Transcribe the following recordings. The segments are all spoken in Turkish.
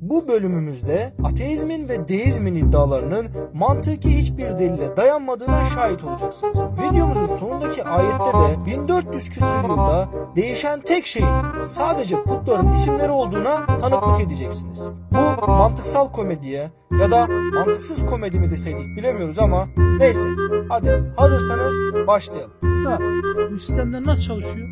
Bu bölümümüzde ateizmin ve deizmin iddialarının mantıki hiçbir delile dayanmadığına şahit olacaksınız. Videomuzun sonundaki ayette de 1400 küsur yılda değişen tek şeyin sadece putların isimleri olduğuna tanıklık edeceksiniz. Bu mantıksal komediye ya da mantıksız komedi mi deseydik bilemiyoruz ama neyse, hadi hazırsanız başlayalım. Usta, bu sistemler nasıl çalışıyor?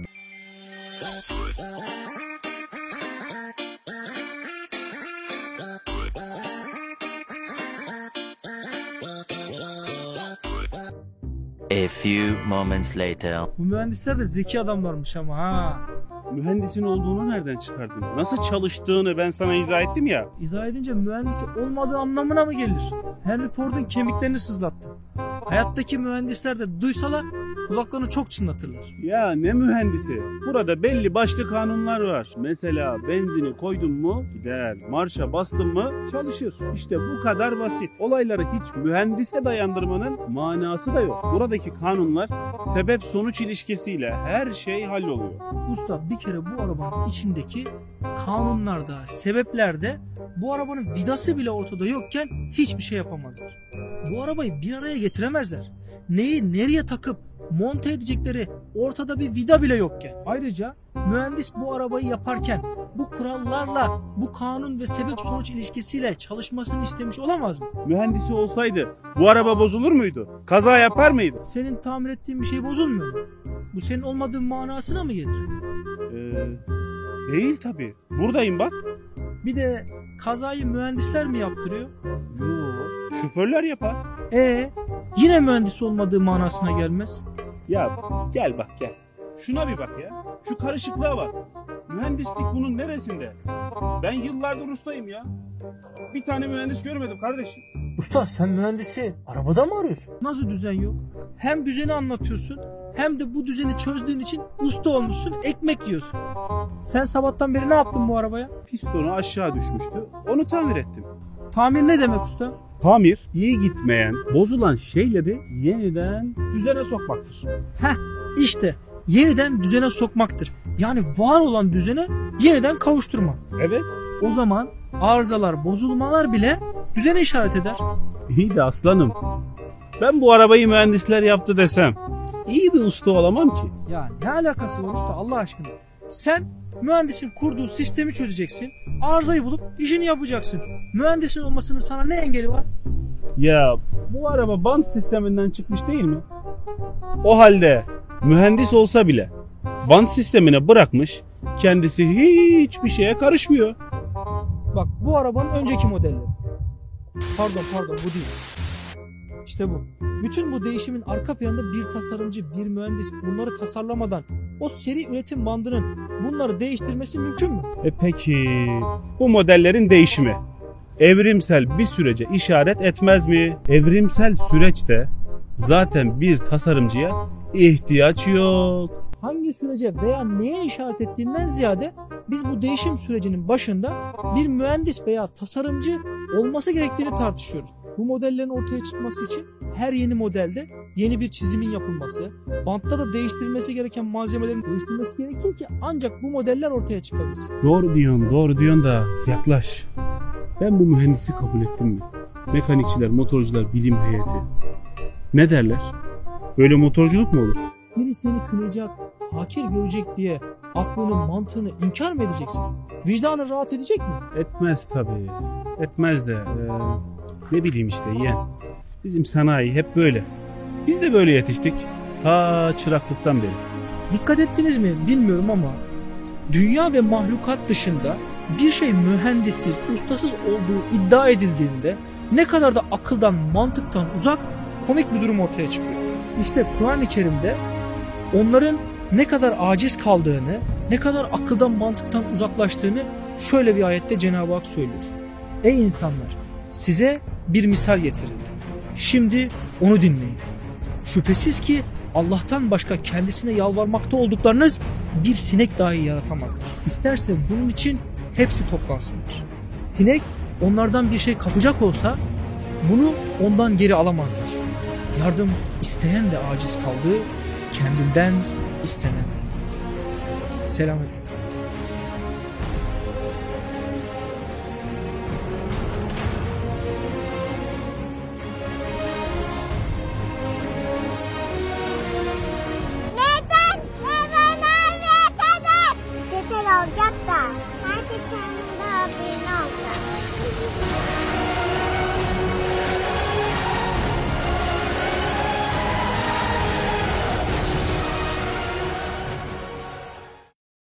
A few moments later. Bu mühendisler de zeki adamlarmış ama ha. Mühendisin olduğunu nereden çıkardın? Nasıl çalıştığını ben sana izah ettim ya. İzah edince mühendis olmadığı anlamına mı gelir? Henry Ford'un kemiklerini sızlattı. Hayattaki mühendisler de duysalar kulaklarını çok çınlatırlar. Ya ne mühendisi? Burada belli başlı kanunlar var. Mesela benzini koydun mu gider, marşa bastın mı çalışır. İşte bu kadar basit. Olayları hiç mühendise dayandırmanın manası da yok. Buradaki kanunlar sebep sonuç ilişkisiyle her şey halloluyor. Usta, bir kere bu arabanın içindeki kanunlarda, sebeplerde bu arabanın vidası bile ortada yokken hiçbir şey yapamazlar. Bu arabayı bir araya getiremezler. Neyi nereye takıp monte edecekleri ortada bir vida bile yokken. Ayrıca mühendis bu arabayı yaparken bu kurallarla, bu kanun ve sebep sonuç ilişkisiyle çalışmasını istemiş olamaz mı? Mühendisi olsaydı bu araba bozulur muydu? Kaza yapar mıydı? Senin tamir ettiğin bir şey bozulmuyor mu? Bu senin olmadığın manasına mı gelir? Değil tabii. Buradayım bak. Bir de kazayı mühendisler mi yaptırıyor? Yo, şoförler yapar. Yine mühendis olmadığı manasına gelmez. Ya gel bak gel. Şuna bir bak ya. Şu karışıklığa bak. Mühendislik bunun neresinde? Ben yıllardır ustayım ya. Bir tane mühendis görmedim kardeşim. Usta, sen mühendisi arabada mı arıyorsun? Nasıl düzen yok? Hem düzeni anlatıyorsun hem de bu düzeni çözdüğün için usta olmuşsun, ekmek yiyorsun. Sen sabahtan beri ne yaptın bu arabaya? Pistonu aşağı düşmüştü. Onu tamir ettim. Tamir ne demek usta? Tamir, iyi gitmeyen, bozulan şeyleri yeniden düzene sokmaktır. İşte yeniden düzene sokmaktır. Yani var olan düzene yeniden kavuşturma. Evet. O zaman arızalar, bozulmalar bile düzene işaret eder. İyi de aslanım. Ben bu arabayı mühendisler yaptı desem iyi bir usta olamam ki. Ya ne alakası var usta Allah aşkına? Sen mühendisin kurduğu sistemi çözeceksin. Arızayı bulup işini yapacaksın. Mühendisin olmasının sana ne engeli var? Ya bu araba bant sisteminden çıkmış değil mi? O halde mühendis olsa bile bant sistemine bırakmış, kendisi hiçbir şeye karışmıyor. Bak, bu arabanın önceki modelleri. Pardon, bu değil. İşte bu. Bütün bu değişimin arka planında bir tasarımcı, bir mühendis bunları tasarlamadan o seri üretim bandının bunları değiştirmesi mümkün mü? Peki bu modellerin değişimi evrimsel bir sürece işaret etmez mi? Evrimsel süreçte zaten bir tasarımcıya ihtiyaç yok. Hangi sürece veya neye işaret ettiğinden ziyade biz bu değişim sürecinin başında bir mühendis veya tasarımcı olması gerektiğini tartışıyoruz. Bu modellerin ortaya çıkması için her yeni modelde yeni bir çizimin yapılması, bantta da değiştirilmesi gereken malzemelerin değiştirilmesi gerekir ki ancak bu modeller ortaya çıkabilsin. Doğru diyorsun da yaklaş. Ben bu mühendisi kabul ettim mi? Mekanikçiler, motorcular, bilim heyeti. Ne derler? Böyle motorculuk mu olur? Biri seni kınayacak, hakir görecek diye aklının mantığını inkar mı edeceksin? Vicdanın rahat edecek mi? Etmez tabii. Etmez de. Ne bileyim işte yeğen. Bizim sanayi hep böyle. Biz de böyle yetiştik. Ta çıraklıktan beri. Dikkat ettiniz mi bilmiyorum ama dünya ve mahlukat dışında bir şey mühendissiz, ustasız olduğu iddia edildiğinde ne kadar da akıldan, mantıktan uzak komik bir durum ortaya çıkıyor. İşte Kur'an-ı Kerim'de onların ne kadar aciz kaldığını, ne kadar akıldan, mantıktan uzaklaştığını şöyle bir ayette Cenab-ı Hak söylüyor. Ey insanlar! Size bir misal getirildi. Şimdi onu dinleyin. Şüphesiz ki Allah'tan başka kendisine yalvarmakta olduklarınız bir sinek dahi yaratamazlar. İsterse bunun için hepsi toplansınlar. Sinek onlardan bir şey kapacak olsa bunu ondan geri alamazlar. Yardım isteyen de aciz kaldı, kendinden istenen de. Selametle. Baba, gerçekten de haberin olsun.